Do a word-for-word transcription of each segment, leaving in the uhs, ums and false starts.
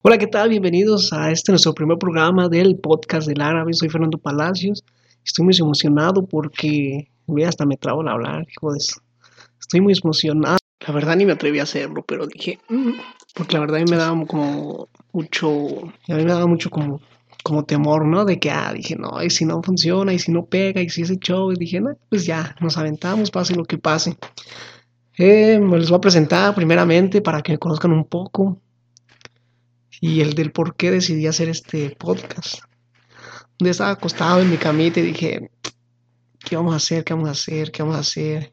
Hola, ¿qué tal? Bienvenidos a este nuestro primer programa del podcast del árabe. Soy Fernando Palacios. Estoy muy emocionado porque, ve, hasta me trabo al hablar, hijo de eso. Estoy muy emocionado. La verdad ni me atreví a hacerlo, pero dije, "Mm", porque la verdad a mí me daba como mucho, a mí me daba mucho como, como temor, ¿no? De que, ah, dije, no, y si no funciona, y si no pega, y si ese show, y dije, no, pues ya, nos aventamos, pase lo que pase. Eh, me les voy a presentar primeramente para que me conozcan un poco y el del por qué decidí hacer este podcast. Un día estaba acostado en mi camita y dije, ¿qué vamos a hacer? ¿Qué vamos a hacer? ¿Qué vamos a hacer?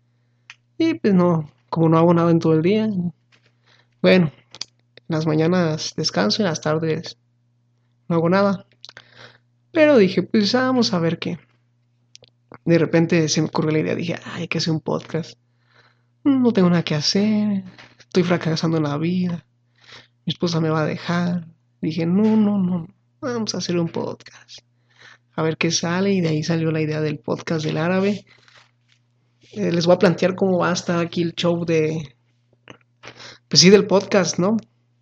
Y pues no, como no hago nada en todo el día, bueno, en las mañanas descanso, en las tardes no hago nada. Pero dije, pues vamos a ver qué. De repente se me ocurrió la idea, dije, ay, hay que hacer un podcast. No tengo nada que hacer, estoy fracasando en la vida, mi esposa me va a dejar. Dije, no, no, no, vamos a hacer un podcast. A ver qué sale y de ahí salió la idea del podcast del árabe. Eh, les voy a plantear cómo va a estar aquí el show de, pues sí, del podcast, ¿no?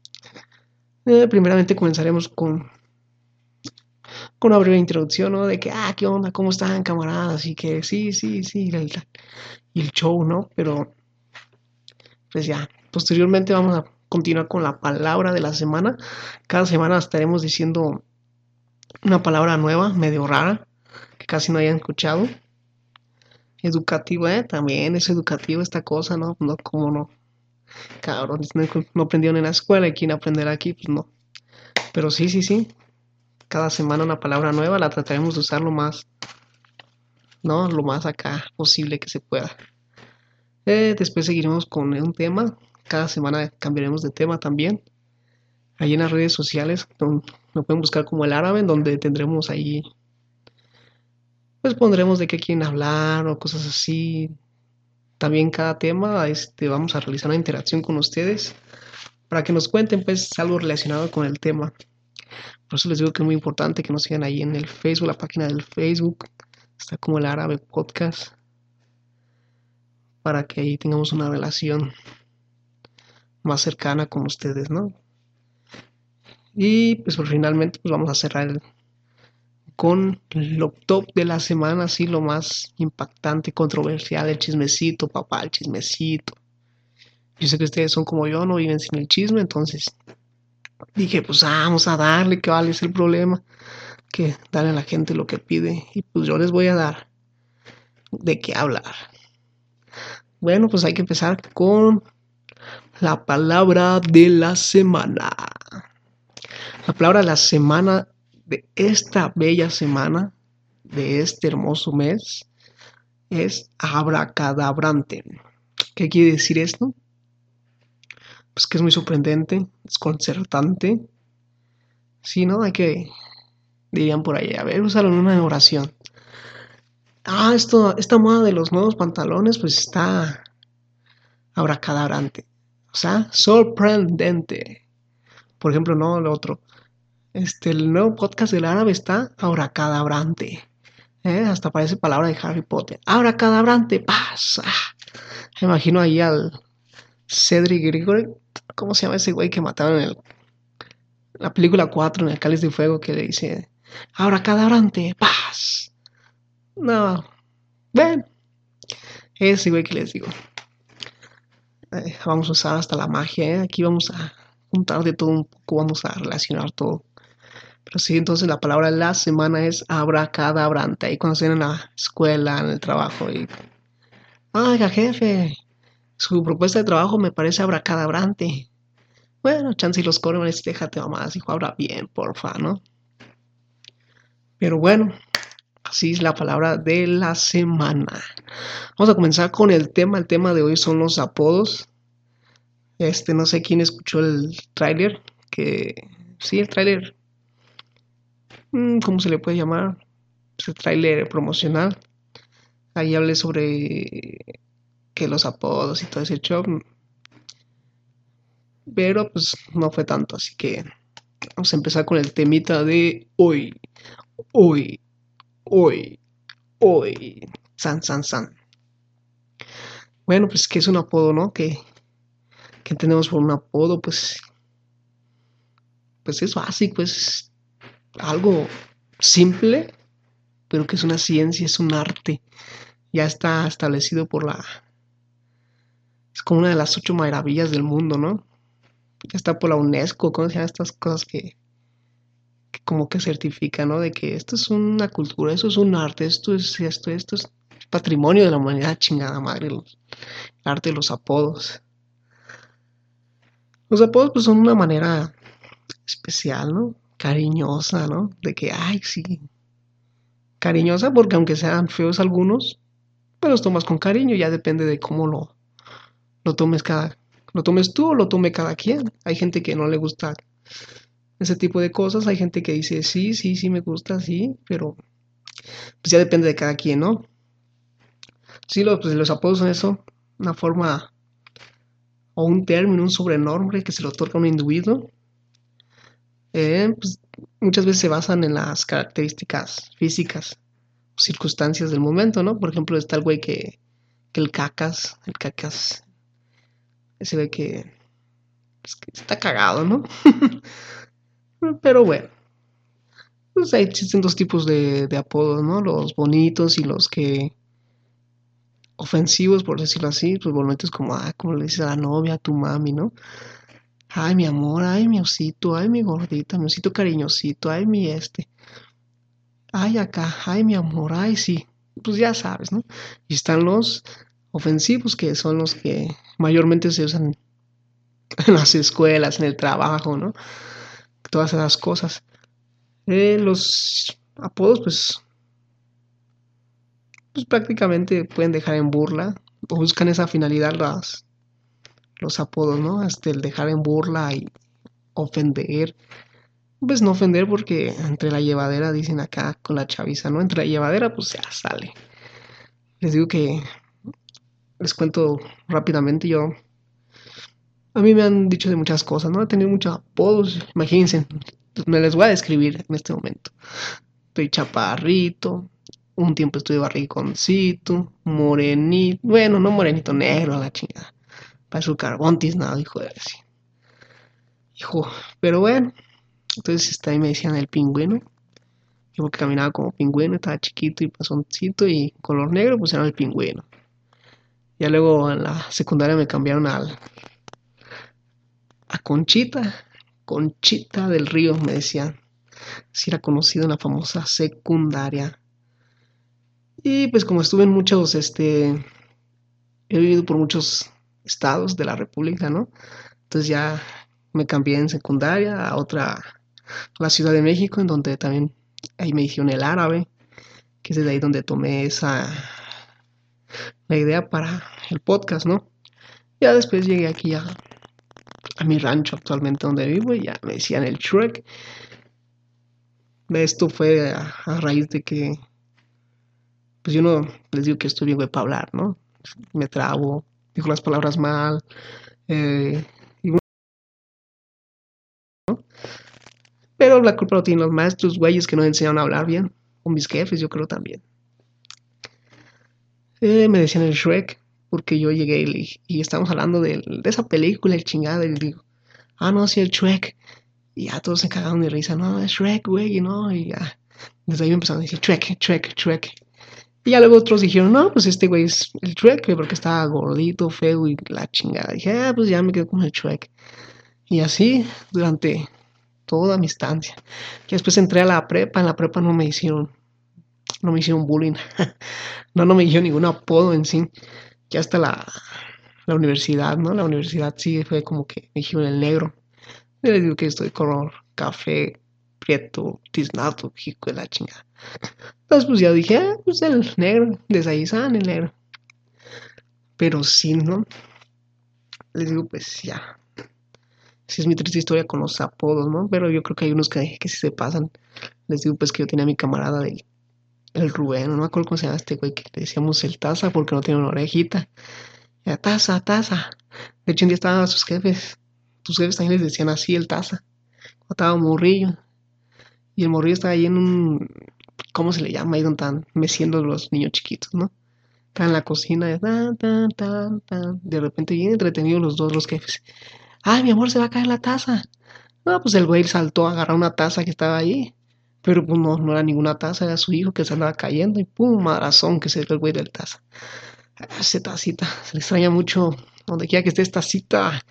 Eh, primeramente comenzaremos con, con una breve introducción, ¿no? De que, ah, ¿qué onda? ¿Cómo están, camaradas? Y que sí, sí, sí, el, y el show, ¿no? Pero, pues ya, posteriormente vamos a continuar con la palabra de la semana. Cada semana estaremos diciendo una palabra nueva, medio rara, que casi no hayan escuchado. Educativo, ¿eh? También es educativo esta cosa, ¿no? No, como no. Cabrón, no, no aprendieron en la escuela y quién aprenderá aquí, pues no. Pero sí, sí, sí. Cada semana una palabra nueva, la trataremos de usar lo más, ¿no? Lo más acá posible que se pueda. Eh, después seguiremos con un tema. Cada semana cambiaremos de tema también. Ahí en las redes sociales nos pueden buscar como el árabe, en donde tendremos ahí, pues pondremos de qué quieren hablar o cosas así. También cada tema, este, vamos a realizar una interacción con ustedes para que nos cuenten pues algo relacionado con el tema. Por eso les digo que es muy importante que nos sigan ahí en el Facebook, la página del Facebook. Está como el árabe podcast, para que ahí tengamos una relación más cercana con ustedes, ¿no? Y pues por finalmente pues vamos a cerrar el, con lo top de la semana, así lo más impactante, controversial, el chismecito, papá, el chismecito. Yo sé que ustedes son como yo, no viven sin el chisme, entonces dije, pues vamos a darle, que vale, es el problema, que darle a la gente lo que pide, y pues yo les voy a dar de qué hablar. Bueno, pues hay que empezar con la palabra de la semana. La palabra de la semana, de esta bella semana, de este hermoso mes, es abracadabrante. ¿Qué quiere decir esto? Pues que es muy sorprendente, desconcertante. Sí, ¿no? Hay que, dirían por ahí, a ver, úsalo en una oración. Ah, esto, esta moda de los nuevos pantalones, pues está abracadabrante. O sea, sorprendente. Por ejemplo, no, lo otro. Este, el nuevo podcast del árabe está abracadabrante. ¿Eh? Hasta parece palabra de Harry Potter. Abracadabrante, pasa. Me imagino ahí al Cedric Grigore. ¿Cómo se llama ese güey que mataron en el, la película cuatro en el Cáliz de Fuego que le dice abracadabrante, paz? No, ven. Ese güey que les digo. Eh, vamos a usar hasta la magia, ¿eh? Aquí vamos a juntar de todo un poco, vamos a relacionar todo. Pero sí, entonces la palabra de la semana es abracadabrante. Ahí cuando estén en la escuela, en el trabajo, y, oiga, jefe, su propuesta de trabajo me parece abracadabrante. Bueno, chance y los corners, déjate mamás, hijo, habla bien, porfa, ¿no? Pero bueno, así es la palabra de la semana. Vamos a comenzar con el tema. El tema de hoy son los apodos. Este, no sé quién escuchó el tráiler, que sí, el tráiler, ¿cómo se le puede llamar? Pues el tráiler promocional. Ahí hablé sobre que los apodos y todo ese show, pero pues no fue tanto, así que vamos a empezar con el temita de hoy, hoy, hoy, hoy, san, san, san. Bueno, pues que es un apodo, ¿no? Que, que tenemos por un apodo, pues pues es básico, es algo simple, pero que es una ciencia, es un arte. Ya está establecido por la... Es como una de las ocho maravillas del mundo, ¿no? Ya está por la UNESCO, ¿cómo se llaman estas cosas que, que como que certifican, ¿no? De que esto es una cultura, esto es un arte, esto es esto, esto es patrimonio de la humanidad, chingada madre, los, el arte de los apodos. Los apodos pues son una manera especial, ¿no? Cariñosa, ¿no? De que, ay, sí. Cariñosa porque aunque sean feos algunos, pues los tomas con cariño, ya depende de cómo lo, lo tomes cada, lo tomes tú o lo tome cada quien. Hay gente que no le gusta ese tipo de cosas, hay gente que dice, sí, sí, sí me gusta, sí, pero pues ya depende de cada quien, ¿no? Sí, los, pues, los apodos son eso, una forma o un término, un sobrenombre que se le otorga a un individuo. Eh, pues, muchas veces se basan en las características físicas, circunstancias del momento, ¿no? Por ejemplo, está el güey que, que el cacas, el cacas, se ve que, pues, que está cagado, ¿no? Pero bueno, pues ahí existen dos tipos de, de apodos, ¿no? Los bonitos y los que ofensivos, por decirlo así, pues bonitos como, ah, como le dices a la novia, a tu mami, ¿no? Ay, mi amor, ay, mi osito, ay, mi gordita, mi osito cariñosito, ay, mi este, ay, acá, ay, mi amor, ay, sí, pues ya sabes, ¿no? Y están los ofensivos, que son los que mayormente se usan en las escuelas, en el trabajo, ¿no? Todas esas cosas. Eh, los apodos, pues, pues prácticamente pueden dejar en burla, o buscan esa finalidad las, los apodos, ¿no? Hasta el dejar en burla y ofender. Pues no ofender porque entre la llevadera, dicen acá con la chaviza, ¿no? Entre la llevadera, pues ya sale. Les digo que les cuento rápidamente, yo... A mí me han dicho de muchas cosas, ¿no? He tenido muchos apodos, imagínense, me les voy a describir en este momento. Estoy chaparrito, un tiempo estuve barrigoncito, morenito, bueno, no morenito, negro, a la chingada. Para su carbón tiznado, hijo de sí. Hijo, pero bueno, entonces está ahí me decían el pingüino. Yo porque caminaba como pingüino, estaba chiquito y pasoncito y color negro, pues era el pingüino. Ya luego en la secundaria me cambiaron al, a Conchita, Conchita del Río, me decían. Si era conocido en la famosa secundaria. Y pues como estuve en muchos, este, he vivido por muchos estados de la República, ¿no? Entonces ya me cambié en secundaria a otra, a la Ciudad de México, en donde también ahí me hicieron el árabe, que es desde ahí donde tomé esa, la idea para el podcast, ¿no? Ya después llegué aquí a, a mi rancho actualmente donde vivo y ya me decían el Shrek. Esto fue a, a raíz de que, pues yo no les digo que estoy bien güey para hablar, ¿no? Me trabo, digo las palabras mal, eh, y bueno, pero la culpa lo tienen los maestros, güeyes que nos enseñaron a hablar bien, o mis jefes, yo creo también. Eh, me decían el Shrek, porque yo llegué y, y estábamos hablando de, de esa película, el chingado, y digo, ah, no, sí, el Shrek. Y ya todos se cagaron de risa, no, es Shrek, güey, ¿no? Y ya, desde ahí me empezaron a decir, Shrek, Shrek, Shrek. Y ya luego otros dijeron, no, pues este güey es el Shrek, güey, porque estaba gordito, feo y la chingada. Y dije, ah, pues ya me quedo con el Shrek. Y así durante toda mi estancia. Y después entré a la prepa, en la prepa no me hicieron, no me hicieron bullying. No, no me dio ningún apodo en sí. Ya hasta la, la universidad, ¿no? La universidad sí fue como que me dijeron el negro. Yo les digo que estoy color café, prieto, tiznado, hijo de la chingada. Entonces pues ya dije, ah, pues el negro, desde ahí sale el negro. Pero sí, ¿no? Les digo, pues ya. Sí es mi triste historia con los apodos, ¿no? Pero yo creo que hay unos que, que sí se pasan. Les digo, pues que yo tenía a mi camarada del el Rubén, no me acuerdo cómo se llama este güey, que le decíamos el Taza porque no tiene una orejita. Era Taza, Taza. De hecho, un día estaban sus jefes. Tus jefes también les decían así el Taza. Estaba un morrillo. Y el morrillo estaba ahí en un... ¿Cómo se le llama? Ahí donde están meciendo los niños chiquitos, ¿no? Estaba en la cocina. Y tan, tan, tan, tan. De repente bien entretenidos los dos, los jefes. Ay, mi amor, se va a caer la taza. Ah, pues el güey saltó a agarrar una taza que estaba ahí. Pero pues no, no era ninguna taza, era su hijo que se andaba cayendo y pum, madrazón que se dio el güey del taza. Ah, esa tacita, se le extraña mucho donde quiera que esté esta cita.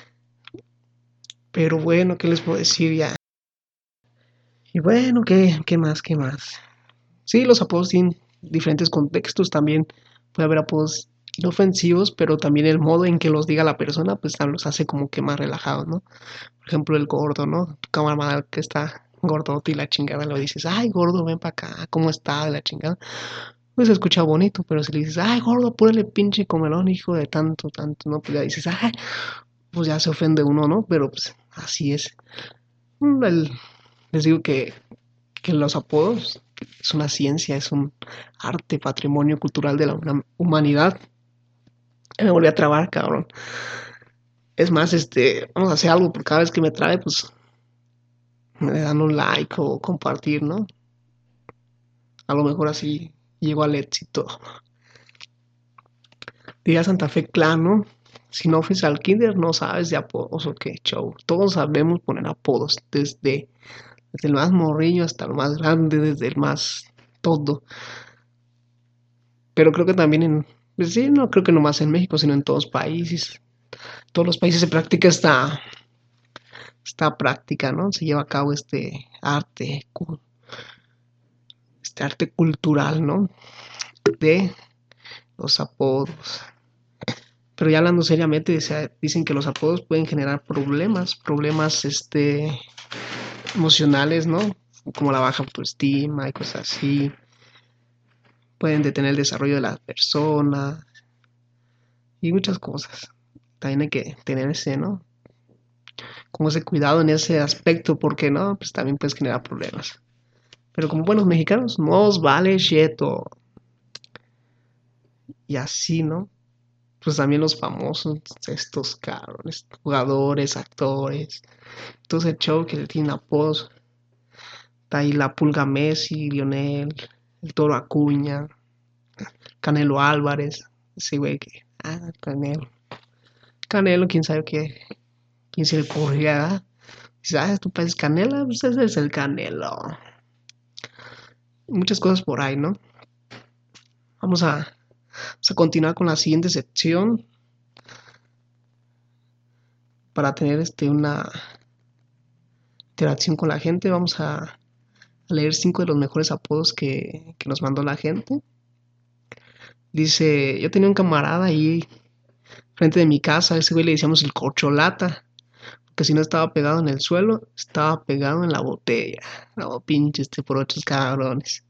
Pero bueno, ¿qué les puedo decir ya? Y bueno, ¿qué, qué más, qué más? Sí, los apodos tienen diferentes contextos también. Puede haber apodos inofensivos, pero también el modo en que los diga la persona, pues los hace como que más relajados, ¿no? Por ejemplo, el gordo, ¿no? Tu camarada que está gordote y la chingada, le dices, ay, gordo, ven para acá, ¿cómo está? De la chingada. Pues se escucha bonito, pero si le dices, ay, gordo, apúrale pinche comelón, hijo de tanto, tanto, ¿no? Pues ya dices, ay, pues ya se ofende uno, ¿no? Pero pues así es. Mm, el- les digo que, que los apodos es una ciencia, es un arte, patrimonio cultural de la humanidad. Ya me volví a trabar, cabrón. Es más, este, vamos a hacer algo, porque cada vez que me trabe, pues me dan un like o compartir, ¿no? A lo mejor así llego al éxito. Diría Santa Fe Clan, ¿no? Si no fuiste al kinder, no sabes de apodos o qué show. Todos sabemos poner apodos, desde, desde el más morrillo hasta el más grande, desde el más todo. Pero creo que también en, pues sí, no creo que nomás en México, sino en todos países. Todos los países se practica esta, esta práctica, ¿no? Se lleva a cabo este arte, este arte cultural, ¿no? De los apodos. Pero ya hablando seriamente, dicen que los apodos pueden generar problemas, problemas este, emocionales, ¿no? Como la baja autoestima y cosas así. Pueden detener el desarrollo de la persona y muchas cosas. También hay que tener ese, ¿no? Como ese cuidado en ese aspecto, porque no, pues también puedes generar problemas. Pero como buenos mexicanos, nos vale cheto. Y así, ¿no? Pues también los famosos, estos cabrones, jugadores, actores, todo ese show que le tienen apodos. Está ahí la Pulga Messi, Lionel, el Toro Acuña, Canelo Álvarez, ese güey que, ah, Canelo. Canelo, quién sabe qué, quién se le ocurría. ¿Sabes? Tu país Canela, pues ese es el Canelo. Muchas cosas por ahí, ¿no? Vamos a, vamos a continuar con la siguiente sección para tener este, una interacción con la gente. Vamos a, a leer cinco de los mejores apodos que, que nos mandó la gente. Dice, yo tenía un camarada ahí frente de mi casa, a ese güey le decíamos el corcholata, porque si no estaba pegado en el suelo, estaba pegado en la botella. No, pinche este por otros cabrones.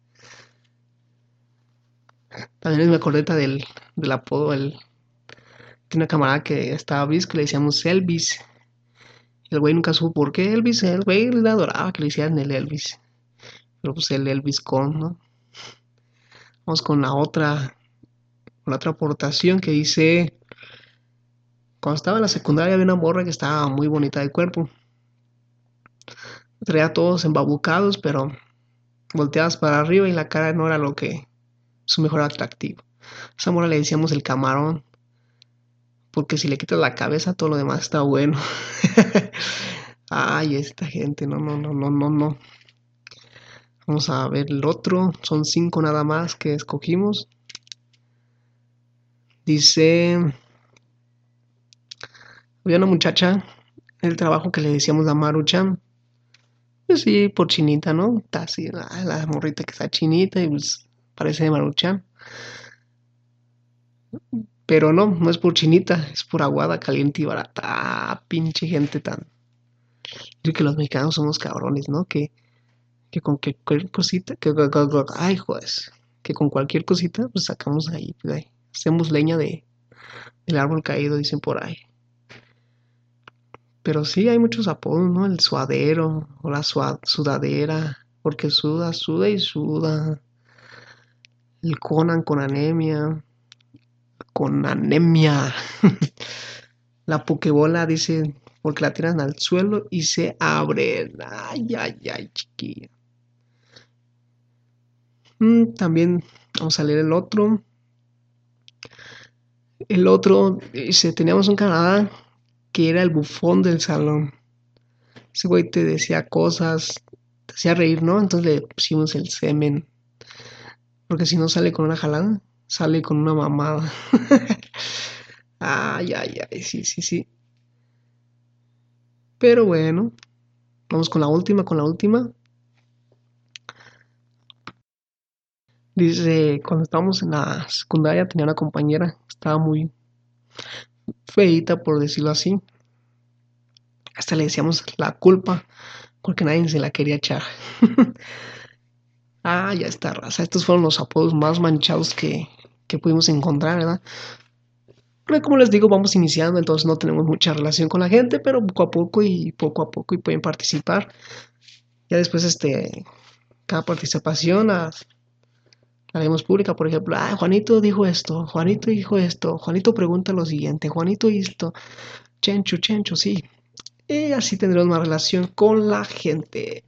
También me acordé del, del apodo, el, tiene una camarada que estaba visco, le decíamos Elvis. El güey nunca supo por qué Elvis, el güey le adoraba que le hicieran el Elvis. Pero pues el Elvis con, ¿no? Vamos con la otra, con la otra aportación que dice, cuando estaba en la secundaria había una morra que estaba muy bonita de cuerpo. Traía todos embabucados, pero volteadas para arriba y la cara no era lo que su mejor atractivo. A esa morra le decíamos el camarón, porque si le quitas la cabeza todo lo demás está bueno. Ay, esta gente, no, no, no, no, no, no. Vamos a ver el otro, son cinco nada más que escogimos. Dice, había una muchacha en el trabajo que le decíamos la Maruchan. Pues sí, por chinita, ¿no? Está así, la, la morrita que está chinita y pues parece de Maruchan. Pero no, no es por chinita, es por aguada, caliente y barata. Ah, pinche gente tan. Yo que los mexicanos somos cabrones, ¿no? Que, que con cualquier cosita, que, que- que- que- ay, joder, que con cualquier cosita, pues sacamos ahí, pues ahí. Hacemos leña de, del árbol caído, dicen por ahí. Pero sí hay muchos apodos, ¿no? El suadero o la sua- sudadera, porque suda, suda y suda. El Conan con anemia, con anemia. La pokebola dice, porque la tiran al suelo y se abre. Ay, ay, ay, chiquilla. Mm, también vamos a leer el otro. El otro dice, teníamos un camarada que era el bufón del salón. Ese güey te decía cosas, te hacía reír, ¿no? Entonces le pusimos el semen. Porque si no sale con una jalada, sale con una mamada. Ay, ay, ay, sí, sí, sí. Pero bueno, vamos con la última, con la última. Dice, cuando estábamos en la secundaria tenía una compañera, estaba muy feita por decirlo así. Hasta le decíamos la culpa, porque nadie se la quería echar. Ah, ya está, raza. Estos fueron los apodos más manchados que, que pudimos encontrar, ¿verdad? Pero como les digo, vamos iniciando, entonces no tenemos mucha relación con la gente, pero poco a poco y poco a poco y pueden participar. Ya después, este, cada participación la, la haremos pública. Por ejemplo, ah, Juanito dijo esto, Juanito dijo esto, Juanito pregunta lo siguiente, Juanito hizo, Chencho, Chencho, sí. Y así tendremos una relación con la gente.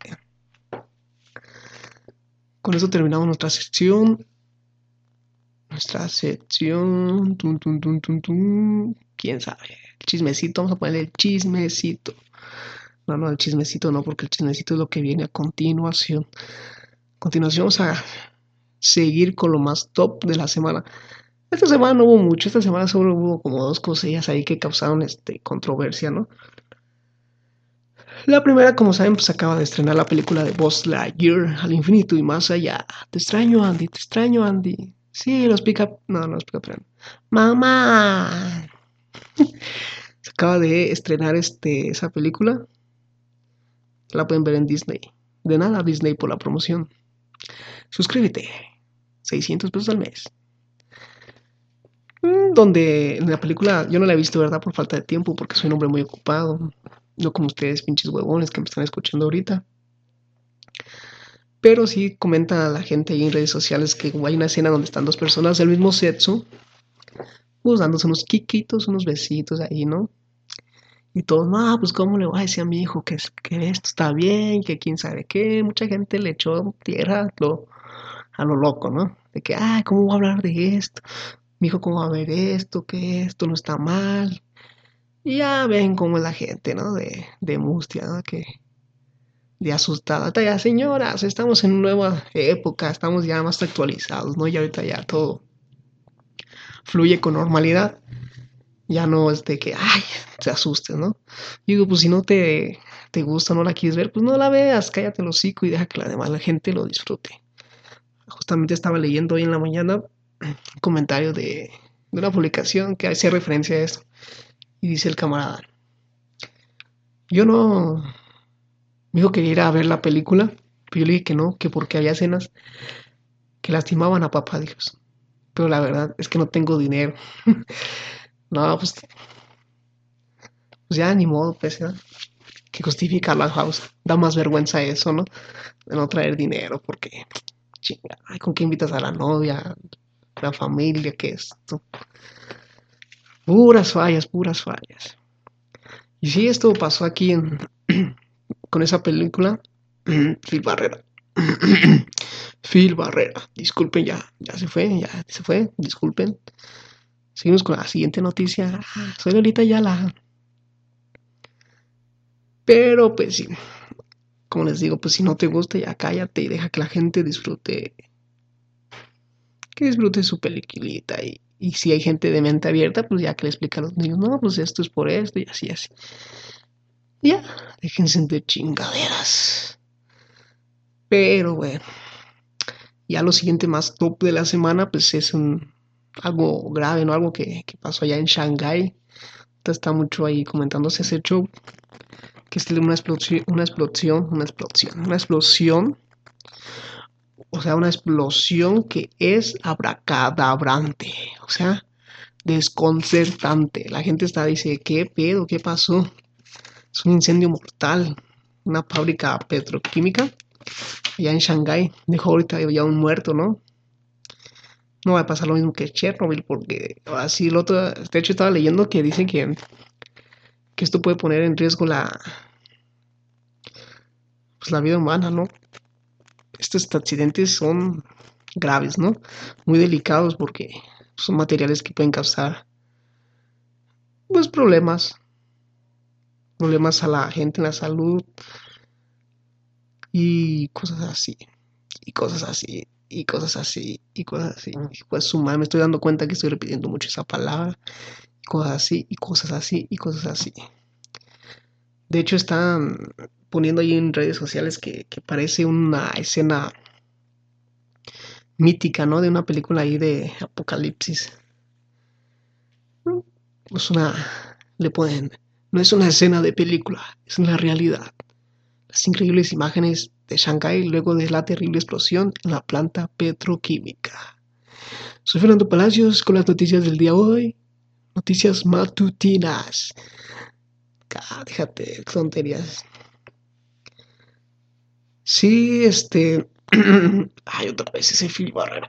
Con eso terminamos nuestra sección. Nuestra sección. Tum, tum, tum, tum, tum. ¿Quién sabe? El chismecito. Vamos a ponerle el chismecito. No, no, el chismecito no, porque el chismecito es lo que viene a continuación. A continuación vamos a seguir con lo más top de la semana. Esta semana no hubo mucho. Esta semana solo hubo como dos cosillas ahí que causaron este, controversia, ¿no? La primera, como saben, pues acaba de estrenar la película de Buzz Lightyear al infinito y más allá. Te extraño, Andy, te extraño, Andy. Sí, los pica... No, no los pica, pero... ¡Mamá! Se acaba de estrenar este, esa película. La pueden ver en Disney. De nada, Disney, por la promoción. Suscríbete. seiscientos pesos al mes. Mm, Donde en la película, yo no la he visto, ¿verdad? Por falta de tiempo, porque soy un hombre muy ocupado. No como ustedes, pinches huevones que me están escuchando ahorita. Pero sí comenta la gente ahí en redes sociales que hay una escena donde están dos personas del mismo sexo, pues dándose unos quiquitos, unos besitos ahí, ¿no? Y todos, no, pues cómo le voy a decir a mi hijo que, que esto está bien, que quién sabe qué. Mucha gente le echó tierra a lo, a lo loco, ¿no? De que, ay, ¿cómo voy a hablar de esto? Mi hijo, ¿cómo va a ver esto? Que esto no está mal. Y ya ven cómo es la gente, ¿no? De, de mustia, ¿no? Que de asustada. Ya, señoras, estamos en nueva época, estamos ya más actualizados, ¿no? Y ahorita ya todo fluye con normalidad. Ya no es de que, ay, te asustes, ¿no? Y digo, pues si no te, te gusta, no la quieres ver, pues no la veas, cállate el hocico y deja que la demás la gente lo disfrute. Justamente estaba leyendo hoy en la mañana un comentario de, de una publicación que hace referencia a esto. Y dice el camarada, yo no, me dijo que ir a ver la película, pero yo le dije que no, que porque había escenas que lastimaban a papá Dios. Pero la verdad es que no tengo dinero. No, pues, pues ya ni modo, pues, ¿eh? Que justificar la house. Da más vergüenza eso, ¿no? De no traer dinero, porque, chinga, ay, ¿con qué invitas a la novia, la familia, qué es esto? Puras fallas, puras fallas. Y sí, esto pasó aquí en, con esa película. Phil Barrera. Phil Barrera. Disculpen, ya, ya se fue, ya se fue, disculpen. Seguimos con la siguiente noticia. Ah, soy Lolita Yala. Pero pues sí, como les digo, pues si no te gusta ya cállate y deja que la gente disfrute, que disfrute su peliculita y, y si hay gente de mente abierta, pues ya que le explica a los niños, no, pues esto es por esto y así, así. Ya, déjense de chingaderas. Pero bueno, ya lo siguiente más top de la semana, pues es un, algo grave, ¿no? Algo que, que pasó allá en Shanghái. Está mucho ahí comentándose ese show, que es una explosión, una explosión, una explosión, una explosión, o sea, una explosión que es abracadabrante, o sea, desconcertante. La gente está dice, ¿qué pedo? ¿Qué pasó? Es un incendio mortal, una fábrica petroquímica allá en Shanghái. Dejó ahorita ya un muerto, ¿no? No va a pasar lo mismo que Chernobyl, porque así el otro, de hecho estaba leyendo que dicen que, que esto puede poner en riesgo la, pues, la vida humana, ¿no? Estos accidentes son graves, ¿no? Muy delicados porque son materiales que pueden causar, pues, problemas problemas a la gente en la salud y cosas así, y cosas así, y cosas así, y cosas así. Pues su madre, me estoy dando cuenta que estoy repitiendo mucho esa palabra, y cosas así, y cosas así, y cosas así. De hecho, están poniendo ahí en redes sociales que, que parece una escena mítica, ¿no? De una película ahí de apocalipsis. Es una, le ponen, no es una escena de película, es una realidad. Las increíbles imágenes de Shanghái luego de la terrible explosión en la planta petroquímica. Soy Fernando Palacios con las noticias del día de hoy. Noticias matutinas. Ah, déjate, tonterías. Sí, este. Ay, otra vez ese Phil Barrera.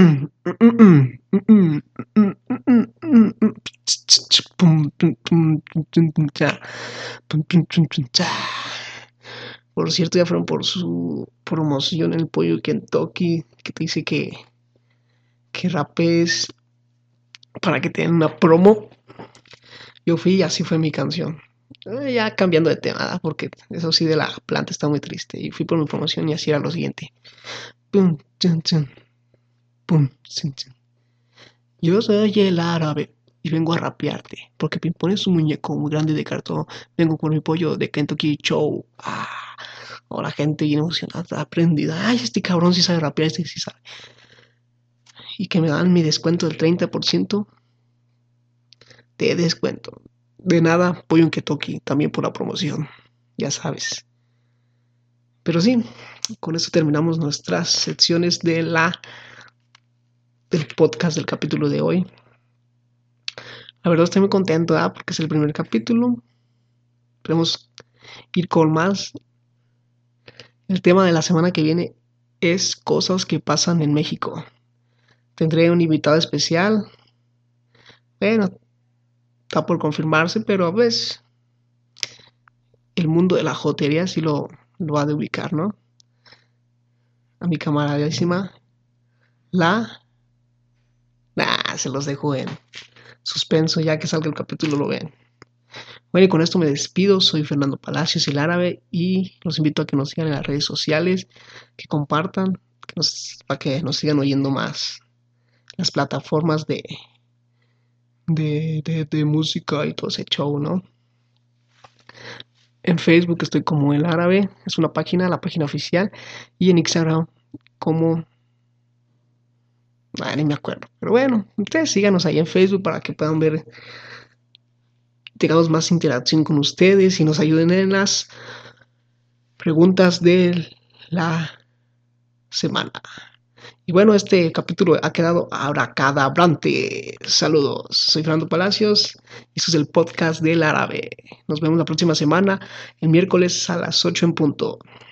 Por cierto, ya fueron por su promoción el pollo Kentucky, que te dice que, que rapes para que te den una promo. Yo fui y así fue mi canción. Eh, ya cambiando de tema, porque eso sí de la planta está muy triste. Y fui por mi promoción y así era lo siguiente. Pum, chun, chun, pum, chun, chun. Yo soy el árabe y vengo a rapearte, porque me pones un muñeco muy grande de cartón. Vengo con mi pollo de Kentucky Show. Ah, o la gente bien emocionada, aprendida. Ay, este cabrón sí sabe rapear, este sí sabe. Y que me dan mi descuento del treinta por ciento de descuento. De nada, pollo en Kentucky, también por la promoción. Ya sabes. Pero sí, con eso terminamos nuestras secciones de la del podcast del capítulo de hoy. La verdad estoy muy contento, ¿verdad? Porque es el primer capítulo. Podemos ir con más. El tema de la semana que viene es cosas que pasan en México. Tendré un invitado especial. Bueno, está por confirmarse, pero a veces el mundo de la jotería sí lo, lo ha de ubicar, ¿no? A mi camaradísima, la... Nah, se los dejo en suspenso, ya que salga el capítulo lo ven. Bueno, y con esto me despido. Soy Fernando Palacios, el árabe, y los invito a que nos sigan en las redes sociales, que compartan, que nos, para que nos sigan oyendo más las plataformas de, de, de, de música y todo ese show, ¿no? En Facebook estoy como el árabe, es una página, la página oficial, y en Instagram como... Ah, ni me acuerdo. Pero bueno, ustedes síganos ahí en Facebook para que puedan ver, tengamos más interacción con ustedes y nos ayuden en las preguntas de la semana. Y bueno, este capítulo ha quedado abracadabrante. Saludos, soy Fernando Palacios y esto es el podcast del árabe. Nos vemos la próxima semana, el miércoles a las ocho en punto.